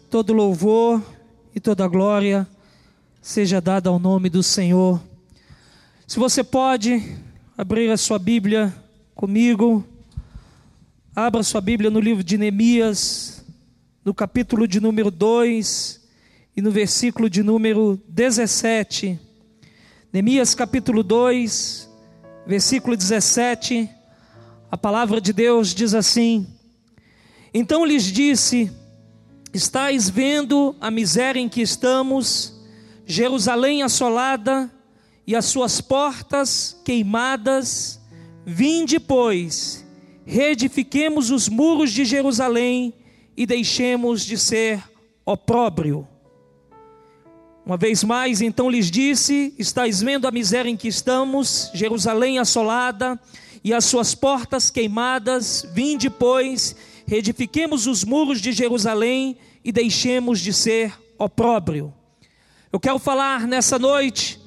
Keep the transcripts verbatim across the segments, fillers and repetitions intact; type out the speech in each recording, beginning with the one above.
todo louvor e toda glória seja dada ao nome do Senhor. Se você pode abrir a sua Bíblia comigo, abra sua Bíblia no livro de Neemias, no capítulo de número dois e no versículo de número dezessete. Neemias capítulo dois, versículo dezessete, a palavra de Deus diz assim: então lhes disse: estais vendo a miséria em que estamos, Jerusalém assolada e as suas portas queimadas. Vinde, pois, reedifiquemos os muros de Jerusalém e deixemos de ser opróbrio. Uma vez mais, então lhes disse: estais vendo a miséria em que estamos, Jerusalém assolada e as suas portas queimadas. Vinde, pois, reedifiquemos os muros de Jerusalém e deixemos de ser opróbrio. Eu quero falar nessa noite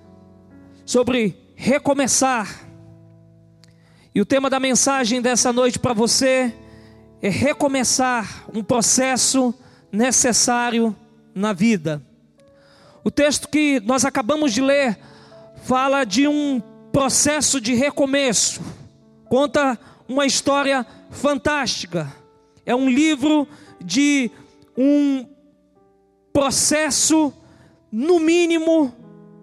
sobre recomeçar. E o tema da mensagem dessa noite para você é recomeçar, um processo necessário na vida. O texto que nós acabamos de ler fala de um processo de recomeço. Conta uma história fantástica. É um livro de um processo, no mínimo,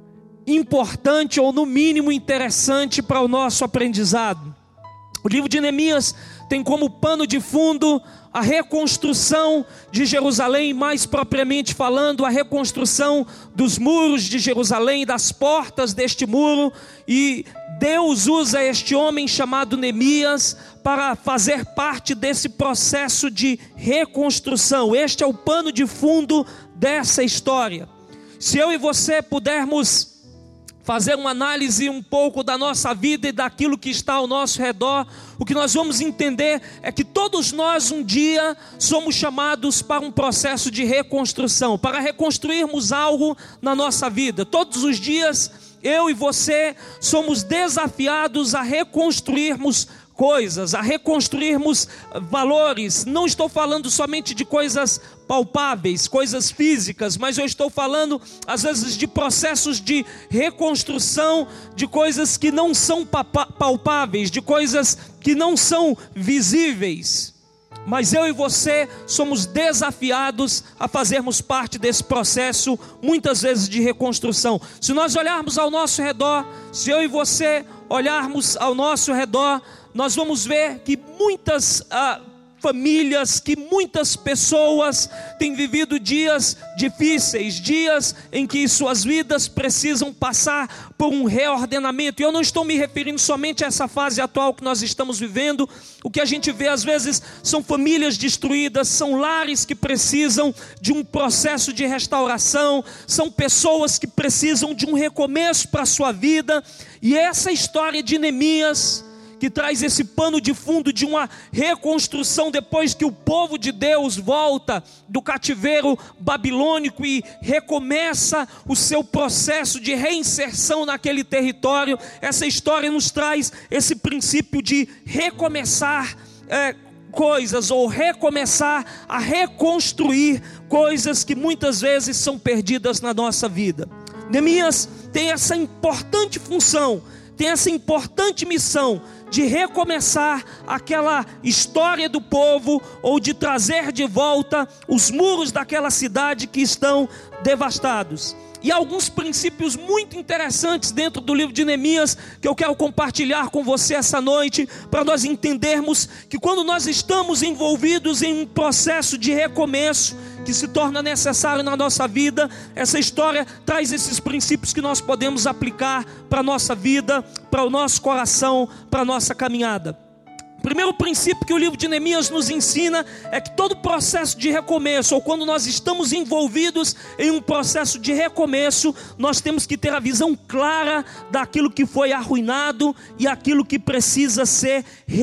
importante ou no mínimo interessante para o nosso aprendizado. O livro de Neemias tem como pano de fundo a reconstrução de Jerusalém, mais propriamente falando, a reconstrução dos muros de Jerusalém, das portas deste muro. E Deus usa este homem chamado Neemias para fazer parte desse processo de reconstrução. Este é o pano de fundo dessa história. Se eu e você pudermos fazer uma análise um pouco da nossa vida e daquilo que está ao nosso redor, o que nós vamos entender é que todos nós um dia somos chamados para um processo de reconstrução, para reconstruirmos algo na nossa vida. Todos os dias eu e você somos desafiados a reconstruirmos coisas, a reconstruirmos valores. Não estou falando somente de coisas palpáveis, coisas físicas, mas eu estou falando às vezes de processos de reconstrução de coisas que não são palpáveis, de coisas que não são visíveis. Mas eu e você somos desafiados a fazermos parte desse processo, muitas vezes de reconstrução. Se nós olharmos ao nosso redor, se eu e você olharmos ao nosso redor, nós vamos ver que muitas ah, famílias, que muitas pessoas têm vivido dias difíceis, dias em que suas vidas precisam passar por um reordenamento. E eu não estou me referindo somente a essa fase atual que nós estamos vivendo. O que a gente vê às vezes são famílias destruídas, são lares que precisam de um processo de restauração, são pessoas que precisam de um recomeço para a sua vida. E essa história de Neemias, que traz esse pano de fundo de uma reconstrução depois que o povo de Deus volta do cativeiro babilônico e recomeça o seu processo de reinserção naquele território. Essa história nos traz esse princípio de recomeçar é, coisas, ou recomeçar a reconstruir coisas que muitas vezes são perdidas na nossa vida. Neemias tem essa importante função, tem essa importante missão de recomeçar aquela história do povo, ou de trazer de volta os muros daquela cidade que estão devastados. E há alguns princípios muito interessantes dentro do livro de Neemias que eu quero compartilhar com você essa noite, para nós entendermos que quando nós estamos envolvidos em um processo de recomeço que se torna necessário na nossa vida, essa história traz esses princípios que nós podemos aplicar para a nossa vida, para o nosso coração, para a nossa caminhada. O primeiro princípio que o livro de Neemias nos ensina é que todo processo de recomeço, ou quando nós estamos envolvidos em um processo de recomeço, nós temos que ter a visão clara daquilo que foi arruinado e aquilo que precisa ser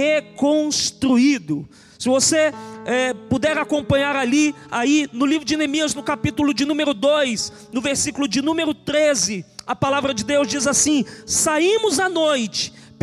reconstruído. Se você é, puder acompanhar ali, aí no livro de Neemias, no capítulo de número dois, no versículo de número treze, a palavra de Deus diz assim: saímos à noite,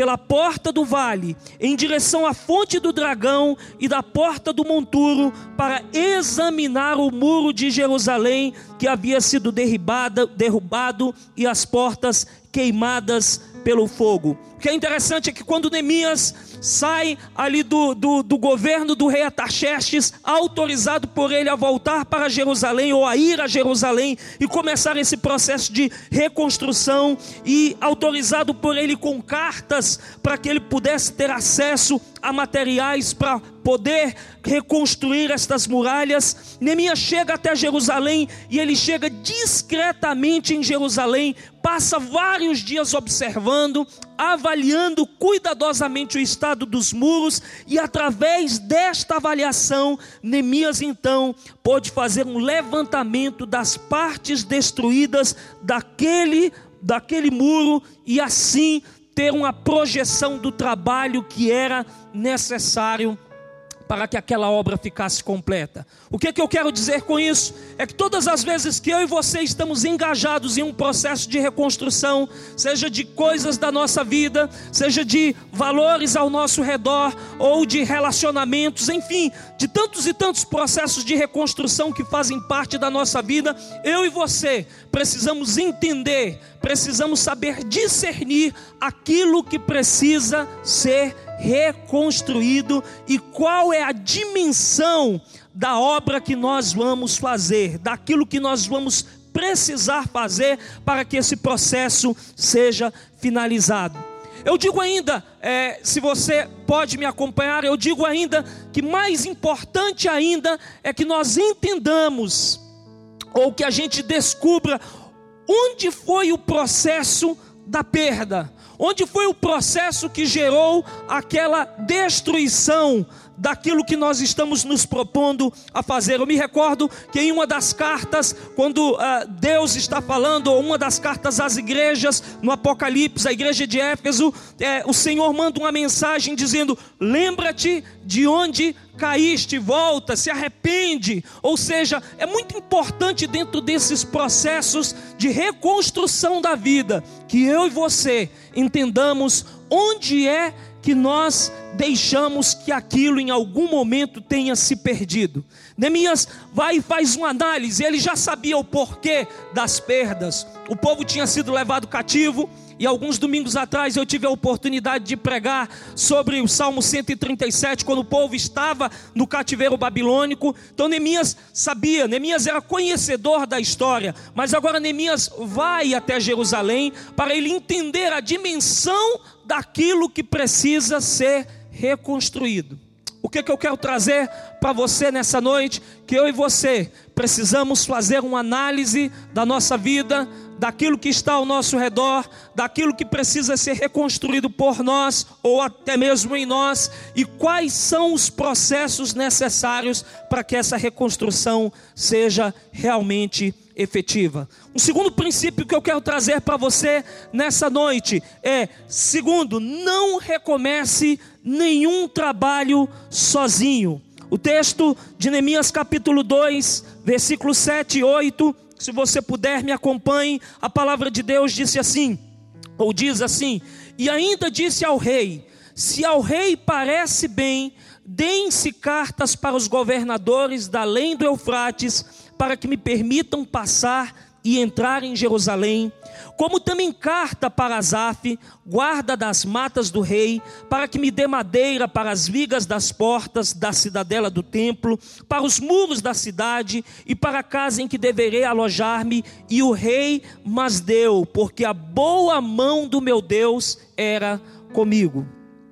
pela porta do vale, em direção à fonte do dragão e da porta do monturo, para examinar o muro de Jerusalém, que havia sido derribado, derrubado e as portas queimadas pelo fogo. O que é interessante é que quando Neemias sai ali do, do, do governo do rei Artaxerxes, autorizado por ele a voltar para Jerusalém, ou a ir a Jerusalém e começar esse processo de reconstrução, e autorizado por ele com cartas para que ele pudesse ter acesso a materiais para poder reconstruir estas muralhas, Neemias chega até Jerusalém, e ele chega discretamente em Jerusalém, passa vários dias observando, avaliando cuidadosamente o estado dos muros, e através desta avaliação, Neemias então pôde fazer um levantamento das partes destruídas daquele, daquele muro, e assim ter uma projeção do trabalho que era necessário para que aquela obra ficasse completa. O que é que eu quero dizer com isso? É que todas as vezes que eu e você estamos engajados em um processo de reconstrução, seja de coisas da nossa vida, seja de valores ao nosso redor, ou de relacionamentos, enfim, de tantos e tantos processos de reconstrução que fazem parte da nossa vida, eu e você precisamos entender, precisamos saber discernir aquilo que precisa ser reconstruído e qual é a dimensão da obra que nós vamos fazer, daquilo que nós vamos precisar fazer para que esse processo seja finalizado. Eu digo ainda, é, se você pode me acompanhar, eu digo ainda que mais importante ainda é que nós entendamos, ou que a gente descubra onde foi o processo da perda. Onde foi o processo que gerou aquela destruição daquilo que nós estamos nos propondo a fazer? Eu me recordo que em uma das cartas, quando uh, Deus está falando, ou uma das cartas às igrejas, no Apocalipse, a igreja de Éfeso, é, o Senhor manda uma mensagem dizendo: lembra-te de onde caíste, volta, se arrepende. Ou seja, é muito importante dentro desses processos de reconstrução da vida, que eu e você entendamos onde é que nós deixamos que aquilo em algum momento tenha se perdido. Neemias vai e faz uma análise. Ele já sabia o porquê das perdas. O povo tinha sido levado cativo, e alguns domingos atrás eu tive a oportunidade de pregar sobre o Salmo cento e trinta e sete, quando o povo estava no cativeiro babilônico. Então Neemias sabia, Neemias era conhecedor da história, mas agora Neemias vai até Jerusalém para ele entender a dimensão daquilo que precisa ser reconstruído. O que, que eu quero trazer para você nessa noite? Que eu e você precisamos fazer uma análise da nossa vida, daquilo que está ao nosso redor, daquilo que precisa ser reconstruído por nós, ou até mesmo em nós, e quais são os processos necessários para que essa reconstrução seja realmente efetiva. Um segundo princípio que eu quero trazer para você nessa noite é: segundo, não recomece nenhum trabalho sozinho. O texto de Neemias capítulo dois, versículos sete e oito, se você puder me acompanhe. A palavra de Deus disse assim, ou diz assim: e ainda disse ao rei: se ao rei parece bem, deem-se cartas para os governadores da além do Eufrates, para que me permitam passar e entrar em Jerusalém, como também carta para Asaf, guarda das matas do rei, para que me dê madeira para as vigas das portas da cidadela do templo, para os muros da cidade e para a casa em que deverei alojar-me. E o rei mas deu, porque a boa mão do meu Deus era comigo.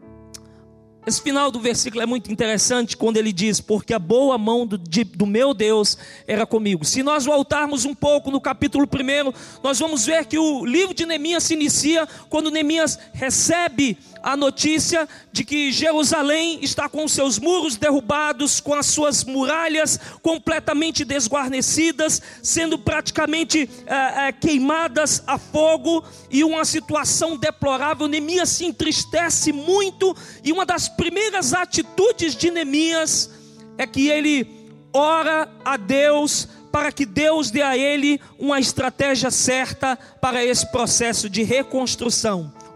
Esse final do versículo é muito interessante, quando ele diz: porque a boa mão do, de, do meu Deus era comigo. Se nós voltarmos um pouco no capítulo primeiro, nós vamos ver que o livro de Neemias se inicia quando Neemias recebe a notícia de que Jerusalém está com seus muros derrubados, com as suas muralhas completamente desguarnecidas, sendo praticamente é, é, queimadas a fogo, e uma situação deplorável. Neemias se entristece muito, e uma das primeiras atitudes de Neemias é que ele ora a Deus para que Deus dê a ele uma estratégia certa para esse processo de reconstrução.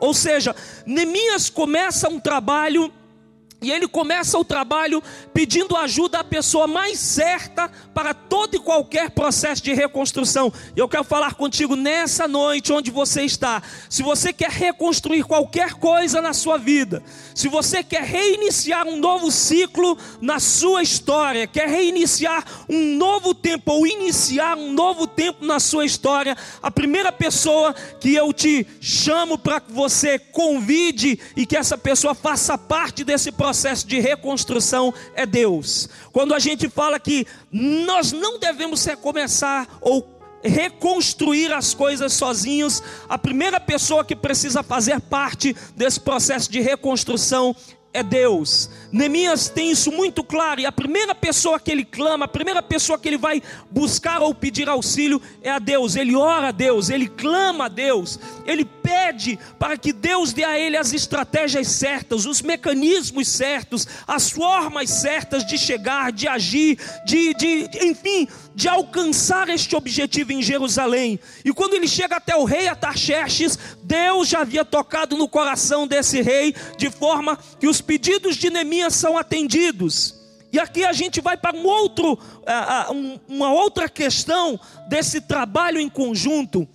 Ou seja, Neemias começa um trabalho, e ele começa o trabalho pedindo ajuda à pessoa mais certa para todo e qualquer processo de reconstrução. E eu quero falar contigo nessa noite onde você está. Se você quer reconstruir qualquer coisa na sua vida, se você quer reiniciar um novo ciclo na sua história, quer reiniciar um novo tempo ou iniciar um novo tempo na sua história, a primeira pessoa que eu te chamo para que você convide e que essa pessoa faça parte desse processo processo de reconstrução é Deus. Quando a gente fala que nós não devemos recomeçar ou reconstruir as coisas sozinhos, a primeira pessoa que precisa fazer parte desse processo de reconstrução é Deus. Neemias tem isso muito claro, e a primeira pessoa que ele clama, a primeira pessoa que ele vai buscar ou pedir auxílio é a Deus. Ele ora a Deus, ele clama a Deus, ele pede para que Deus dê a ele as estratégias certas, os mecanismos certos, as formas certas de chegar, de agir, de, de enfim, de alcançar este objetivo em Jerusalém. E quando ele chega até o rei Artaxerxes, Deus já havia tocado no coração desse rei, de forma que os pedidos de Neemias são atendidos. E aqui a gente vai para um outro, uh, uma outra questão desse trabalho em conjunto.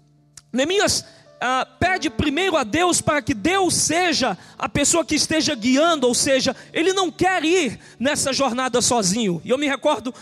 Neemias uh, pede primeiro a Deus para que Deus seja a pessoa que esteja guiando, ou seja, ele não quer ir nessa jornada sozinho. E eu me recordo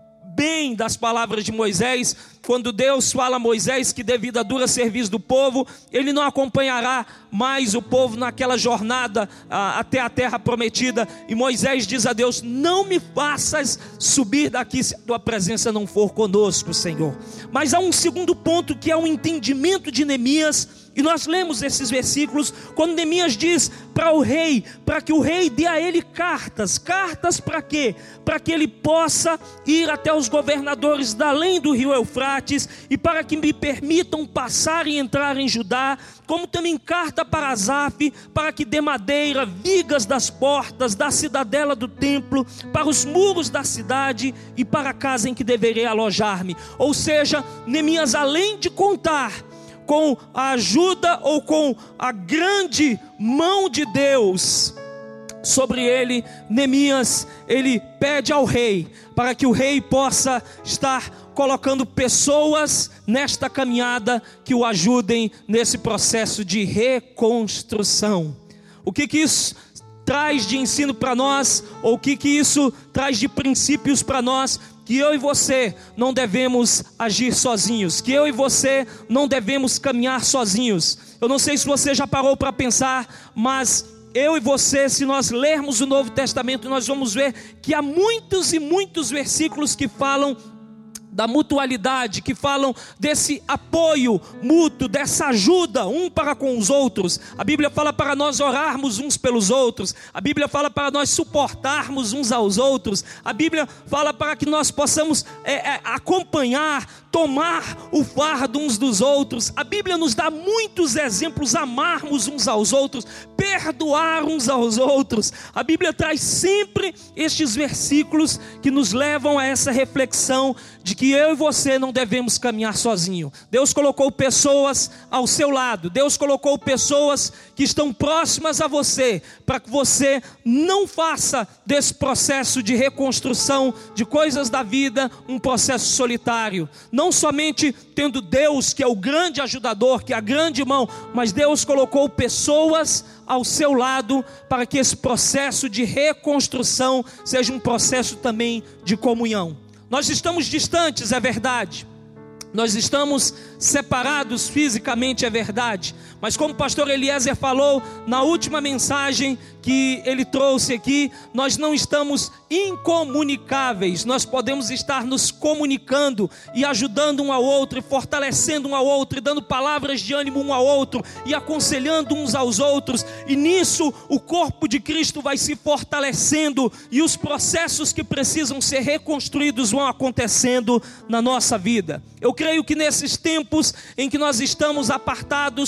bem das palavras de Moisés, quando Deus fala a Moisés que devido a dura serviço do povo, ele não acompanhará mais o povo naquela jornada ah, até a terra prometida. E Moisés diz a Deus: não me faças subir daqui se a tua presença não for conosco, Senhor. Mas há um segundo ponto que é o entendimento de Neemias. E nós lemos esses versículos quando Neemias diz para o rei, para que o rei dê a ele cartas. Cartas para quê? Para que ele possa ir até os governadores da além do rio Eufrates, e para que me permitam passar e entrar em Judá, como também carta para Asaf, para que dê madeira, vigas das portas, da cidadela do templo, para os muros da cidade e para a casa em que deverei alojar-me. Ou seja, Neemias, além de contar com a ajuda ou com a grande mão de Deus sobre ele, Neemias, ele pede ao rei, para que o rei possa estar colocando pessoas nesta caminhada que o ajudem nesse processo de reconstrução. O que que isso traz de ensino para nós, ou o que que isso traz de princípios para nós? Que eu e você não devemos agir sozinhos, que eu e você não devemos caminhar sozinhos. Eu não sei se você já parou para pensar, mas eu e você, se nós lermos o Novo Testamento, nós vamos ver que há muitos e muitos versículos que falam da mutualidade, que falam desse apoio mútuo, dessa ajuda um para com os outros. A Bíblia fala para nós orarmos uns pelos outros, a Bíblia fala para nós suportarmos uns aos outros, a Bíblia fala para que nós possamos é, é, acompanhar, tomar o fardo uns dos outros. A Bíblia nos dá muitos exemplos, amarmos uns aos outros, perdoar uns aos outros. A Bíblia traz sempre estes versículos que nos levam a essa reflexão de que eu e você não devemos caminhar sozinho. Deus colocou pessoas ao seu lado, Deus colocou pessoas que estão próximas a você, para que você não faça desse processo de reconstrução de coisas da vida um processo solitário. Não somente tendo Deus, que é o grande ajudador, que é a grande mão, mas Deus colocou pessoas ao seu lado para que esse processo de reconstrução seja um processo também de comunhão. Nós estamos distantes, é verdade. Nós estamos separados fisicamente, é verdade. Mas como o pastor Eliezer falou na última mensagem que ele trouxe aqui, nós não estamos incomunicáveis. Nós podemos estar nos comunicando e ajudando um ao outro, e fortalecendo um ao outro, e dando palavras de ânimo um ao outro, e aconselhando uns aos outros. E nisso o corpo de Cristo vai se fortalecendo, e os processos que precisam ser reconstruídos vão acontecendo na nossa vida. Eu creio que nesses tempos em que nós estamos apartados, ou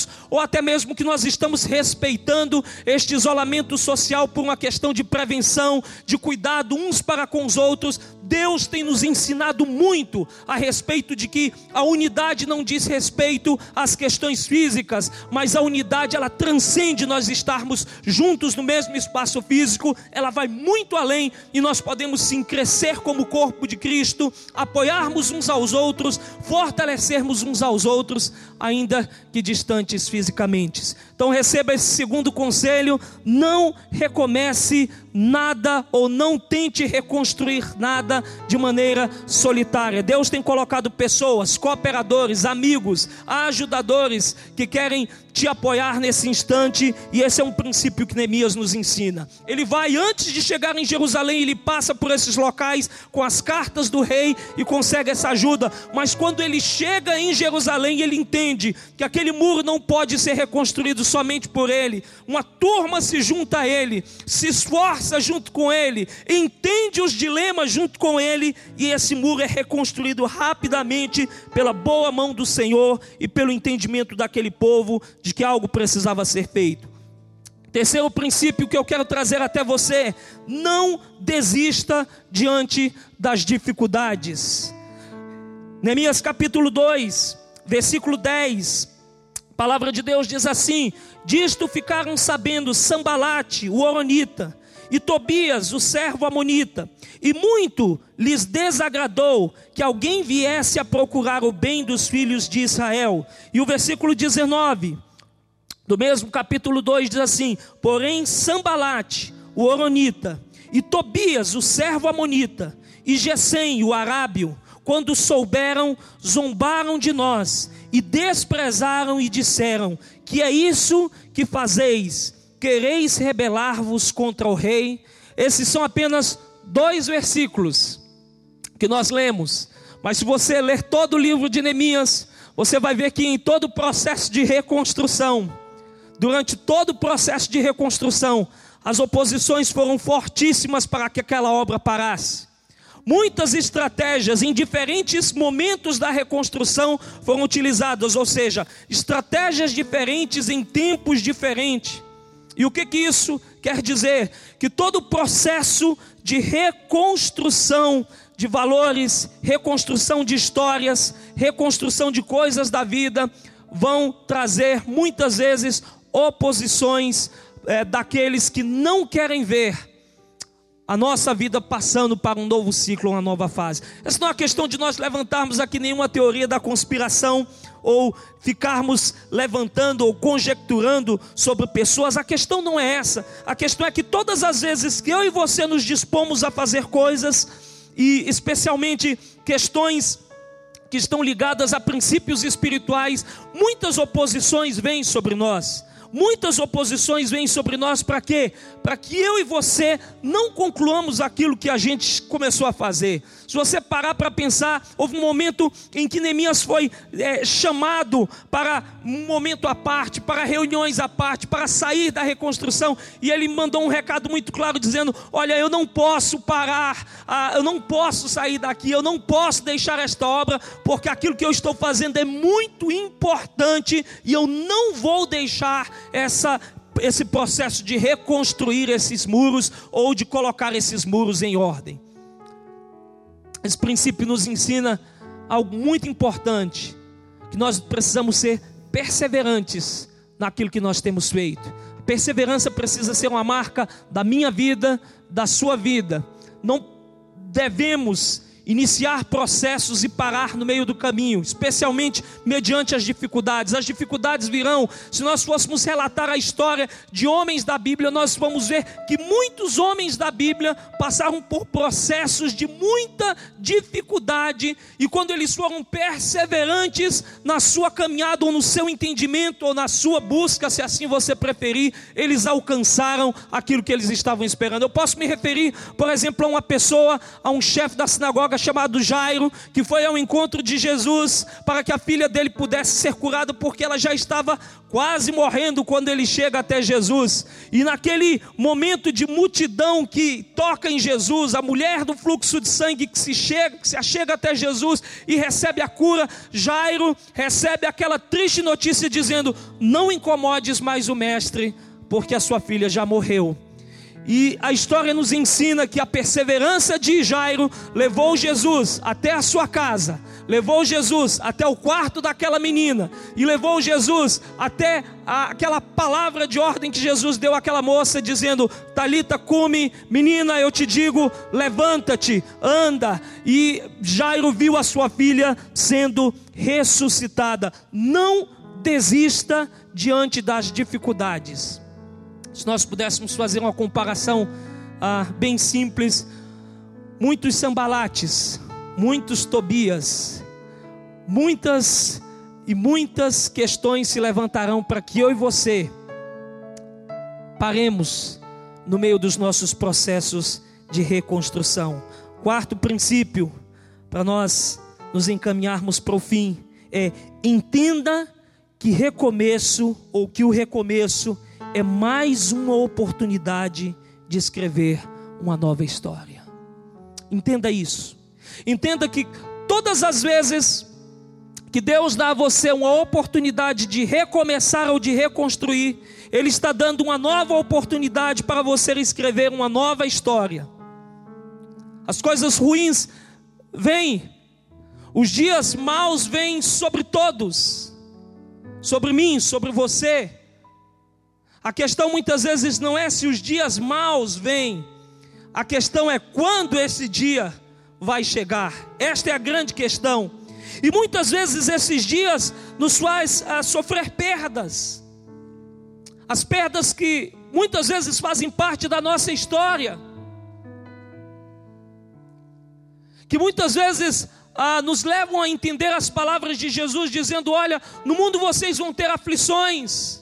até mesmo que nós estamos respeitando este isolamento social por uma questão de prevenção, de cuidado uns para com os outros, Deus tem nos ensinado muito a respeito de que a unidade não diz respeito às questões físicas, mas a unidade ela transcende nós estarmos juntos no mesmo espaço físico, ela vai muito além e nós podemos sim crescer como corpo de Cristo, apoiarmos uns aos outros, fortalecermos uns aos outros, ainda que distantes fisicamente. Então receba esse segundo conselho: não recomece nada ou não tente reconstruir nada de maneira solitária. Deus tem colocado pessoas, cooperadores, amigos, ajudadores que querem te apoiar nesse instante, e esse é um princípio que Neemias nos ensina. Ele vai, antes de chegar em Jerusalém, ele passa por esses locais com as cartas do rei e consegue essa ajuda, mas quando ele chega em Jerusalém, ele entende que aquele muro não pode ser reconstruído somente por ele. Uma turma se junta a ele, se esforça junto com ele, entende os dilemas junto com ele, e esse muro é reconstruído rapidamente pela boa mão do Senhor e pelo entendimento daquele povo de que algo precisava ser feito. Terceiro princípio que eu quero trazer até você: não desista diante das dificuldades. Neemias capítulo dois, versículo dez, a palavra de Deus diz assim: disto ficaram sabendo Sambalate, o horonita, e Tobias, o servo amonita, e muito lhes desagradou que alguém viesse a procurar o bem dos filhos de Israel. E o versículo dezenove do mesmo capítulo dois diz assim: porém Sambalate, o horonita, e Tobias, o servo amonita, e Gesem, o arábio, quando souberam, zombaram de nós e desprezaram e disseram: que é isso que fazeis? Quereis rebelar-vos contra o rei? Esses são apenas dois versículos que nós lemos, mas se você ler todo o livro de Neemias, você vai ver que em todo o processo de reconstrução, durante todo o processo de reconstrução, as oposições foram fortíssimas para que aquela obra parasse. Muitas estratégias em diferentes momentos da reconstrução foram utilizadas, ou seja, estratégias diferentes em tempos diferentes. E o que que isso quer dizer? Que todo o processo de reconstrução de valores, reconstrução de histórias, reconstrução de coisas da vida, vão trazer muitas vezes oposições é, daqueles que não querem ver a nossa vida passando para um novo ciclo, uma nova fase. Essa não é uma questão de nós levantarmos aqui nenhuma teoria da conspiração, ou ficarmos levantando ou conjecturando sobre pessoas. A questão não é essa. A questão é que todas as vezes que eu e você nos dispomos a fazer coisas, e especialmente questões que estão ligadas a princípios espirituais, muitas oposições vêm sobre nós. Muitas oposições vêm sobre nós para quê? Para que eu e você não concluamos aquilo que a gente começou a fazer. Se você parar para pensar, houve um momento em que Neemias foi é, chamado para um momento à parte, para reuniões à parte, para sair da reconstrução, e ele mandou um recado muito claro dizendo: olha, eu não posso parar, ah, eu não posso sair daqui, eu não posso deixar esta obra, porque aquilo que eu estou fazendo é muito importante, e eu não vou deixar essa esse processo de reconstruir esses muros, ou de colocar esses muros em ordem. Esse princípio nos ensina algo muito importante, que nós precisamos ser perseverantes naquilo que nós temos feito. A perseverança precisa ser uma marca da minha vida, da sua vida. Não devemos iniciar processos e parar no meio do caminho, especialmente mediante as dificuldades. As dificuldades virão. Se nós fôssemos relatar a história de homens da Bíblia, nós vamos ver que muitos homens da Bíblia passaram por processos de muita dificuldade, e quando eles foram perseverantes na sua caminhada, ou no seu entendimento, ou na sua busca, se assim você preferir, eles alcançaram aquilo que eles estavam esperando. Eu posso me referir, por exemplo, a uma pessoa, a um chefe da sinagoga sinagoga chamado Jairo, que foi ao encontro de Jesus para que a filha dele pudesse ser curada, porque ela já estava quase morrendo quando ele chega até Jesus. E naquele momento de multidão que toca em Jesus, a mulher do fluxo de sangue que se chega, que se achega até Jesus e recebe a cura, Jairo recebe aquela triste notícia dizendo: não incomodes mais o mestre, porque a sua filha já morreu. E a história nos ensina que a perseverança de Jairo levou Jesus até a sua casa, levou Jesus até o quarto daquela menina, e levou Jesus até a, aquela palavra de ordem que Jesus deu àquela moça, dizendo: Talita cumi, menina, eu te digo, levanta-te, anda. E Jairo viu a sua filha sendo ressuscitada. Não desista diante das dificuldades. Se nós pudéssemos fazer uma comparação ah, bem simples, muitos Sambalates, muitos Tobias, muitas e muitas questões se levantarão para que eu e você paremos no meio dos nossos processos de reconstrução. Quarto princípio, para nós nos encaminharmos para o fim, é: entenda que recomeço, ou que o recomeço é mais uma oportunidade de escrever uma nova história. Entenda isso. Entenda que todas as vezes que Deus dá a você uma oportunidade de recomeçar ou de reconstruir, Ele está dando uma nova oportunidade para você escrever uma nova história. As coisas ruins vêm, os dias maus vêm sobre todos, sobre mim, sobre você. A questão muitas vezes não é se os dias maus vêm, a questão é quando esse dia vai chegar. Esta é a grande questão. E muitas vezes esses dias nos faz uh, sofrer perdas. As perdas que muitas vezes fazem parte da nossa história, que muitas vezes uh, nos levam a entender as palavras de Jesus, dizendo: olha, no mundo vocês vão ter aflições.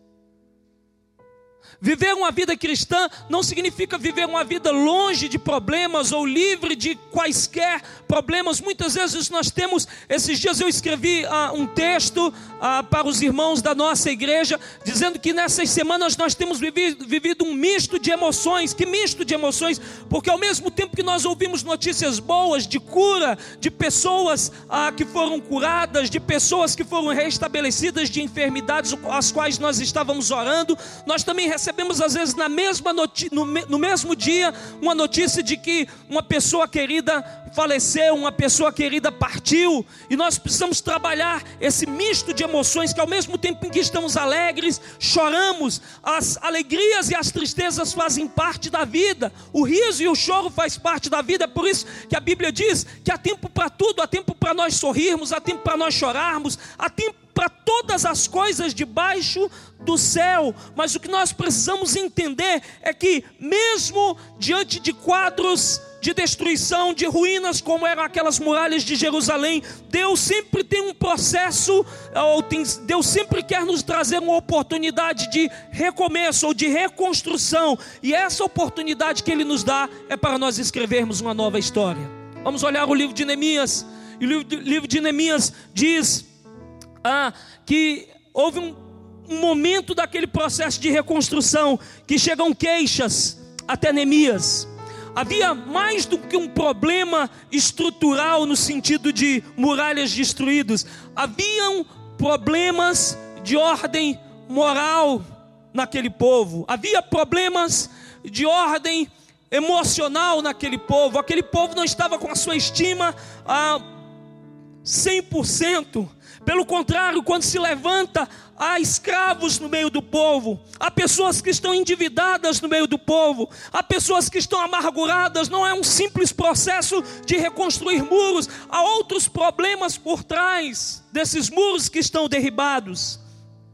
Viver uma vida cristã não significa viver uma vida longe de problemas ou livre de quaisquer problemas. Muitas vezes nós temos, esses dias eu escrevi uh, um texto uh, para os irmãos da nossa igreja, dizendo que nessas semanas nós temos vivido, vivido um misto de emoções. Que misto de emoções? Porque ao mesmo tempo que nós ouvimos notícias boas de cura, de pessoas uh, que foram curadas, de pessoas que foram restabelecidas de enfermidades as quais nós estávamos orando, nós também recebemos Recebemos às vezes na mesma noti- no, me- no mesmo dia uma notícia de que uma pessoa querida faleceu, uma pessoa querida partiu. E nós precisamos trabalhar esse misto de emoções, que ao mesmo tempo em que estamos alegres, choramos. As alegrias e as tristezas fazem parte da vida, o riso e o choro faz parte da vida. É por isso que a Bíblia diz que há tempo para tudo, há tempo para nós sorrirmos, há tempo para nós chorarmos, há tempo para todas as coisas debaixo do céu. Mas o que nós precisamos entender é que mesmo diante de quadros de destruição, de ruínas, como eram aquelas muralhas de Jerusalém, Deus sempre tem um processo, ou tem, Deus sempre quer nos trazer uma oportunidade de recomeço ou de reconstrução, e essa oportunidade que Ele nos dá é para nós escrevermos uma nova história. Vamos olhar o livro de Neemias, e o livro, livro de Neemias diz ah, que houve um, um momento daquele processo de reconstrução que chegam queixas até Neemias. Havia mais do que um problema estrutural no sentido de muralhas destruídas. Haviam problemas de ordem moral naquele povo. Havia problemas de ordem emocional naquele povo. Aquele povo não estava com a sua estima a cem por cento. Pelo contrário, quando se levanta, há escravos no meio do povo, há pessoas que estão endividadas no meio do povo, há pessoas que estão amarguradas. Não é um simples processo de reconstruir muros, há outros problemas por trás desses muros que estão derribados.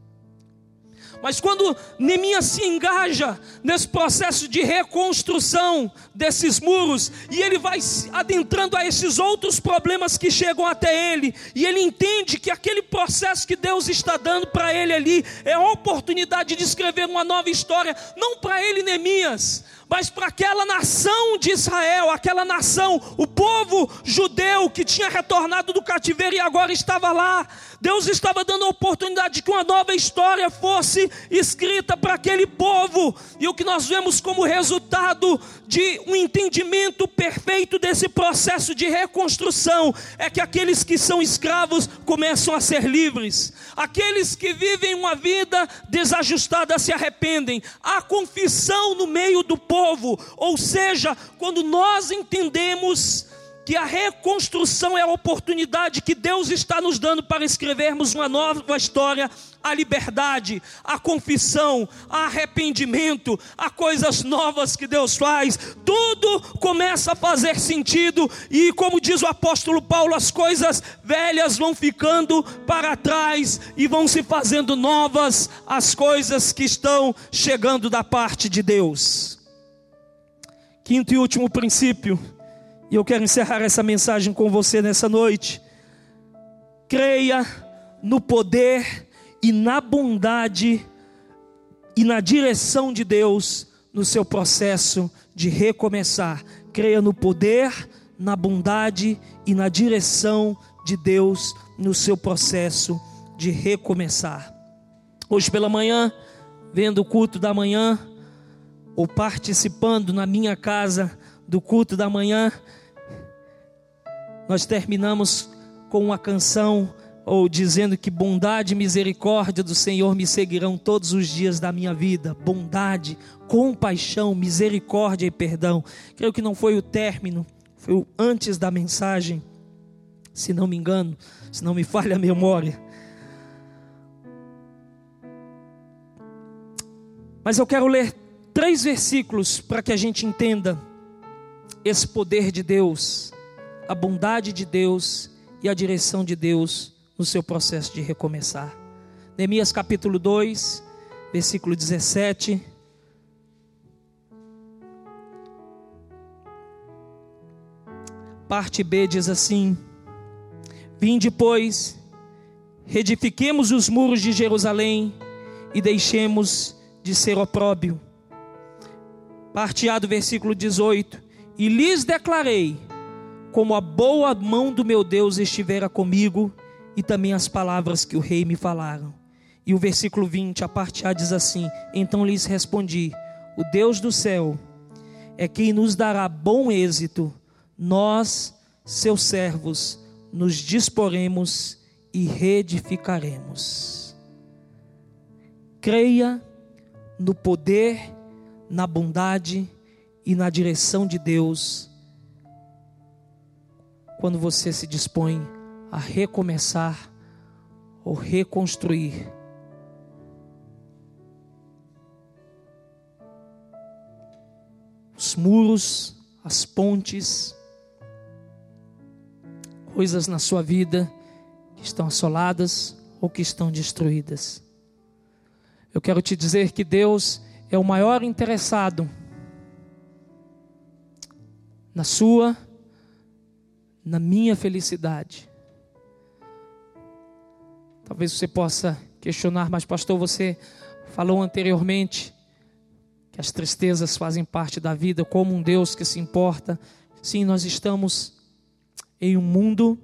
Mas quando Neemias se engaja nesse processo de reconstrução desses muros, e ele vai adentrando a esses outros problemas que chegam até ele, e ele entende que aquele processo que Deus está dando para ele ali é a oportunidade de escrever uma nova história, não para ele, Neemias, mas para aquela nação de Israel, aquela nação, o povo judeu que tinha retornado do cativeiro e agora estava lá. Deus estava dando a oportunidade de que uma nova história fosse escrita para aquele povo. E o que nós vemos como resultado de um entendimento perfeito desse processo de reconstrução é que aqueles que são escravos começam a ser livres. Aqueles que vivem uma vida desajustada se arrependem. Há confissão no meio do povo. Ou seja, quando nós entendemos que a reconstrução é a oportunidade que Deus está nos dando para escrevermos uma nova história, a liberdade, a confissão, a arrependimento, a coisas novas que Deus faz, tudo começa a fazer sentido. E como diz o apóstolo Paulo, as coisas velhas vão ficando para trás e vão se fazendo novas as coisas que estão chegando da parte de Deus. Quinto e último princípio, e eu quero encerrar essa mensagem com você nessa noite. Creia no poder e na bondade e na direção de Deus no seu processo de recomeçar. Creia no poder, na bondade e na direção de Deus no seu processo de recomeçar. Hoje pela manhã, vendo o culto da manhã, ou participando na minha casa do culto da manhã, nós terminamos com uma canção, ou dizendo que bondade e misericórdia do Senhor me seguirão todos os dias da minha vida. Bondade, compaixão, misericórdia e perdão. Creio que não foi o término, foi o antes da mensagem, se não me engano, se não me falha a memória. Mas eu quero ler três versículos para que a gente entenda esse poder de Deus, a bondade de Deus e a direção de Deus no seu processo de recomeçar. Neemias capítulo dois, versículo dezessete. Parte B diz assim: vinde, pois, reedifiquemos os muros de Jerusalém e deixemos de ser opróbio. Parte A do versículo dezoito: e lhes declarei como a boa mão do meu Deus estivera comigo, e também as palavras que o rei me falaram. E o versículo vinte, a parte A diz assim: então lhes respondi: o Deus do céu é quem nos dará bom êxito. Nós, seus servos, nos disporemos e reedificaremos. Creia no poder, na bondade e na direção de Deus quando você se dispõe a recomeçar ou reconstruir. Os muros, as pontes, coisas na sua vida que estão assoladas ou que estão destruídas. Eu quero te dizer que Deus é o maior interessado na sua, na minha felicidade. Talvez você possa questionar, mas pastor, você falou anteriormente que as tristezas fazem parte da vida, como um Deus que se importa. Sim, nós estamos em um mundo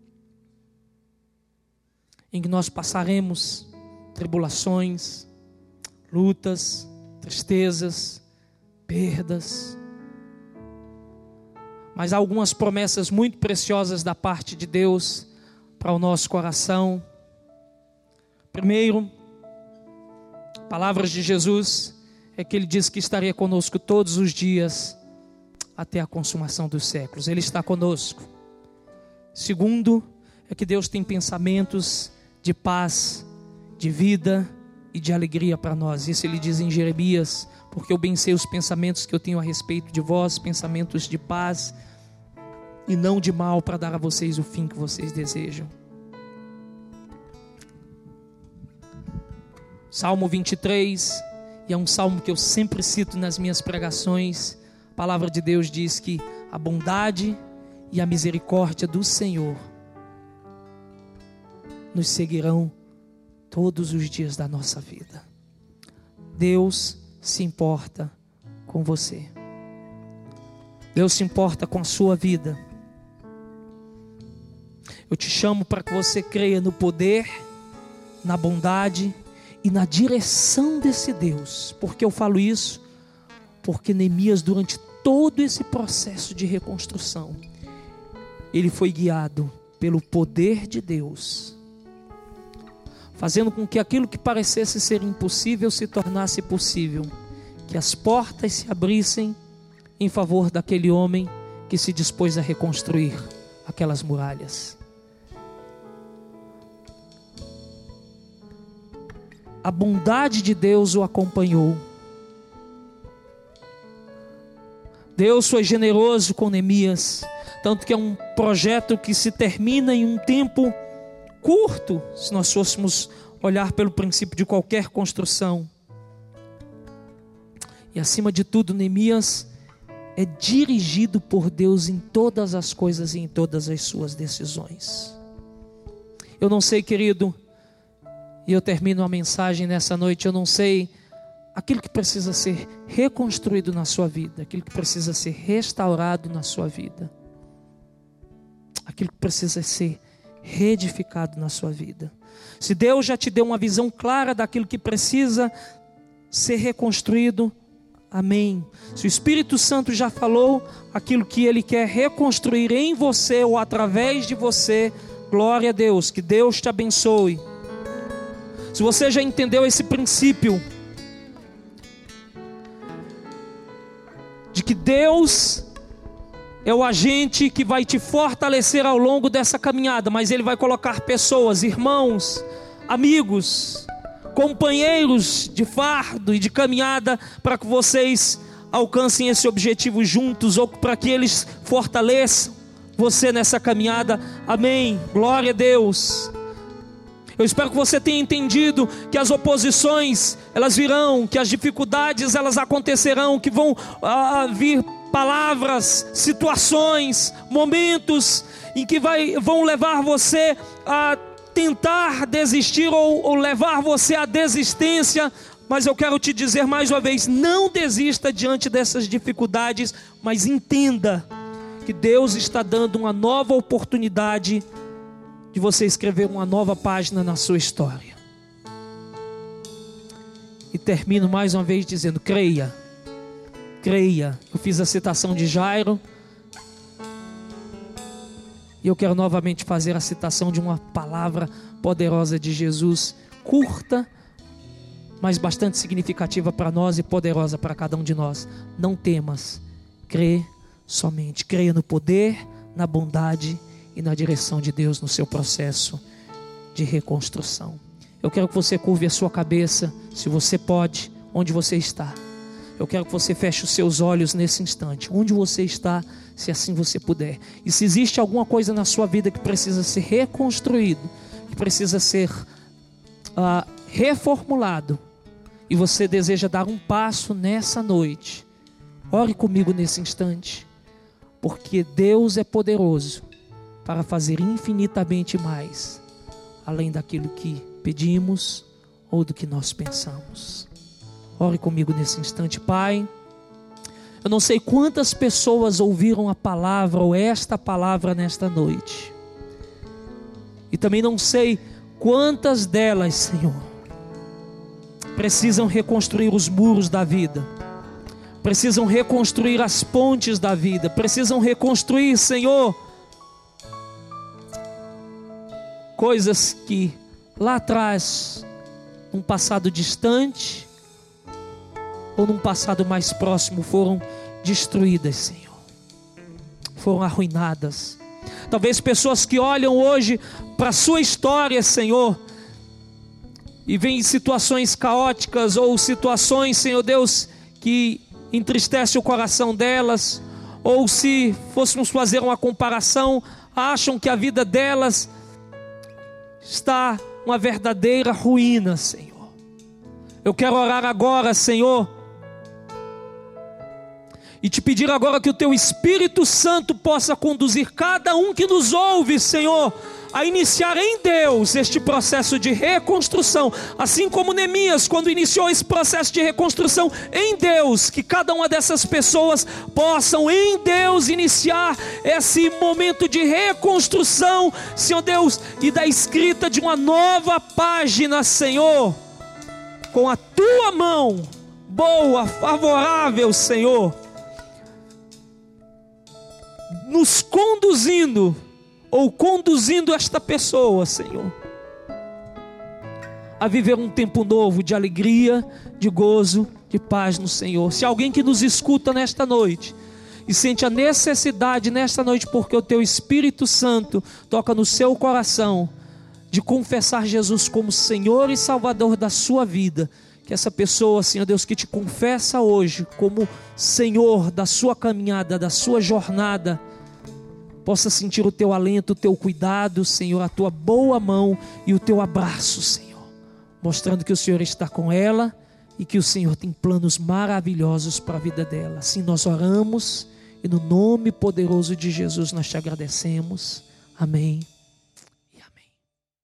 em que nós passaremos tribulações, lutas, tristezas, perdas. Mas há algumas promessas muito preciosas da parte de Deus para o nosso coração. Primeiro, palavras de Jesus, é que Ele diz que estaria conosco todos os dias até a consumação dos séculos. Ele está conosco. Segundo, é que Deus tem pensamentos de paz, de vida e de alegria para nós. Isso Ele diz em Jeremias: porque eu bem sei os pensamentos que eu tenho a respeito de vós, pensamentos de paz e não de mal, para dar a vocês o fim que vocês desejam. Salmo vinte e três, e é um salmo que eu sempre cito nas minhas pregações. A palavra de Deus diz que a bondade e a misericórdia do Senhor nos seguirão todos os dias da nossa vida. Deus se importa com você. Deus se importa com a sua vida. Eu te chamo para que você creia no poder, na bondade e na direção desse Deus. Por que eu falo isso? Porque Neemias, durante todo esse processo de reconstrução, ele foi guiado pelo poder de Deus, fazendo com que aquilo que parecesse ser impossível se tornasse possível, que as portas se abrissem em favor daquele homem que se dispôs a reconstruir aquelas muralhas. A bondade de Deus o acompanhou. Deus foi generoso com Neemias, tanto que é um projeto que se termina em um tempo curto, se nós fôssemos olhar pelo princípio de qualquer construção. E acima de tudo, Neemias é dirigido por Deus em todas as coisas e em todas as suas decisões. Eu não sei, querido, e eu termino a mensagem nessa noite, eu não sei aquilo que precisa ser reconstruído na sua vida, aquilo que precisa ser restaurado na sua vida, aquilo que precisa ser reedificado na sua vida. Se Deus já te deu uma visão clara daquilo que precisa ser reconstruído, amém. Se o Espírito Santo já falou aquilo que Ele quer reconstruir em você ou através de você, glória a Deus, que Deus te abençoe. Se você já entendeu esse princípio de que Deus é o agente que vai te fortalecer ao longo dessa caminhada, mas Ele vai colocar pessoas, irmãos, amigos, companheiros de fardo e de caminhada para que vocês alcancem esse objetivo juntos, ou para que eles fortaleçam você nessa caminhada, amém, glória a Deus. Eu espero que você tenha entendido que as oposições, elas virão, que as dificuldades, elas acontecerão, que vão ah, vir palavras, situações, momentos em que vai, vão levar você a tentar desistir ou, ou levar você à desistência. Mas eu quero te dizer mais uma vez, não desista diante dessas dificuldades, mas entenda que Deus está dando uma nova oportunidade de você escrever uma nova página na sua história. E termino mais uma vez dizendo, creia, creia. Eu fiz a citação de Jairo, e eu quero novamente fazer a citação de uma palavra poderosa de Jesus, curta, mas bastante significativa para nós e poderosa para cada um de nós. Não temas, crê somente. Creia no poder, na bondade e na direção de Deus no seu processo de reconstrução. Eu quero que você curve a sua cabeça, se você pode, onde você está. Eu quero que você feche os seus olhos nesse instante, onde você está, se assim você puder. E se existe alguma coisa na sua vida que precisa ser reconstruído, que precisa ser uh, reformulado, e você deseja dar um passo nessa noite, ore comigo nesse instante, porque Deus é poderoso para fazer infinitamente mais, além daquilo que pedimos ou do que nós pensamos. Ore comigo nesse instante. Pai, eu não sei quantas pessoas ouviram a palavra ou esta palavra nesta noite, e também não sei quantas delas, Senhor, precisam reconstruir os muros da vida, precisam reconstruir as pontes da vida, precisam reconstruir, Senhor, coisas que lá atrás, num passado distante ou num passado mais próximo, foram destruídas, Senhor, foram arruinadas. Talvez pessoas que olham hoje para a sua história, Senhor, e veem situações caóticas ou situações, Senhor Deus, que entristece o coração delas, ou se fôssemos fazer uma comparação, acham que a vida delas está uma verdadeira ruína, Senhor. Eu quero orar agora, Senhor, e te pedir agora que o Teu Espírito Santo possa conduzir cada um que nos ouve, Senhor, a iniciar em Deus este processo de reconstrução, assim como Neemias, quando iniciou esse processo de reconstrução em Deus, que cada uma dessas pessoas possam em Deus iniciar esse momento de reconstrução, Senhor Deus, e da escrita de uma nova página, Senhor, com a tua mão boa, favorável, Senhor, nos conduzindo, ou conduzindo esta pessoa, Senhor, a viver um tempo novo de alegria, de gozo, de paz no Senhor. Se alguém que nos escuta nesta noite e sente a necessidade nesta noite, porque o teu Espírito Santo toca no seu coração, de confessar Jesus como Senhor e Salvador da sua vida, que essa pessoa, Senhor Deus, que te confessa hoje como Senhor da sua caminhada, da sua jornada, possa sentir o teu alento, o teu cuidado, Senhor, a tua boa mão e o teu abraço, Senhor, mostrando que o Senhor está com ela e que o Senhor tem planos maravilhosos para a vida dela. Assim nós oramos e no nome poderoso de Jesus nós te agradecemos. Amém.